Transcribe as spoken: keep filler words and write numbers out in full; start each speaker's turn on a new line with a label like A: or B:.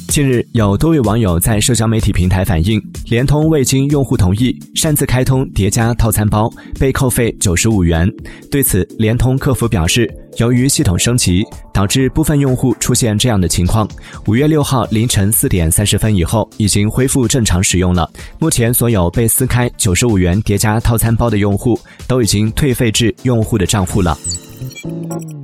A: 近日，有多位网友在社交媒体平台反映，联通未经用户同意擅自开通叠加套餐包，被扣费九十五元。对此，联通客服表示，由于系统升级，导致部分用户出现这样的情况。五月六号凌晨四点三十分以后，已经恢复正常使用了。目前所有被撕开九十五元叠加套餐包的用户，都已经退费至用户的账户了。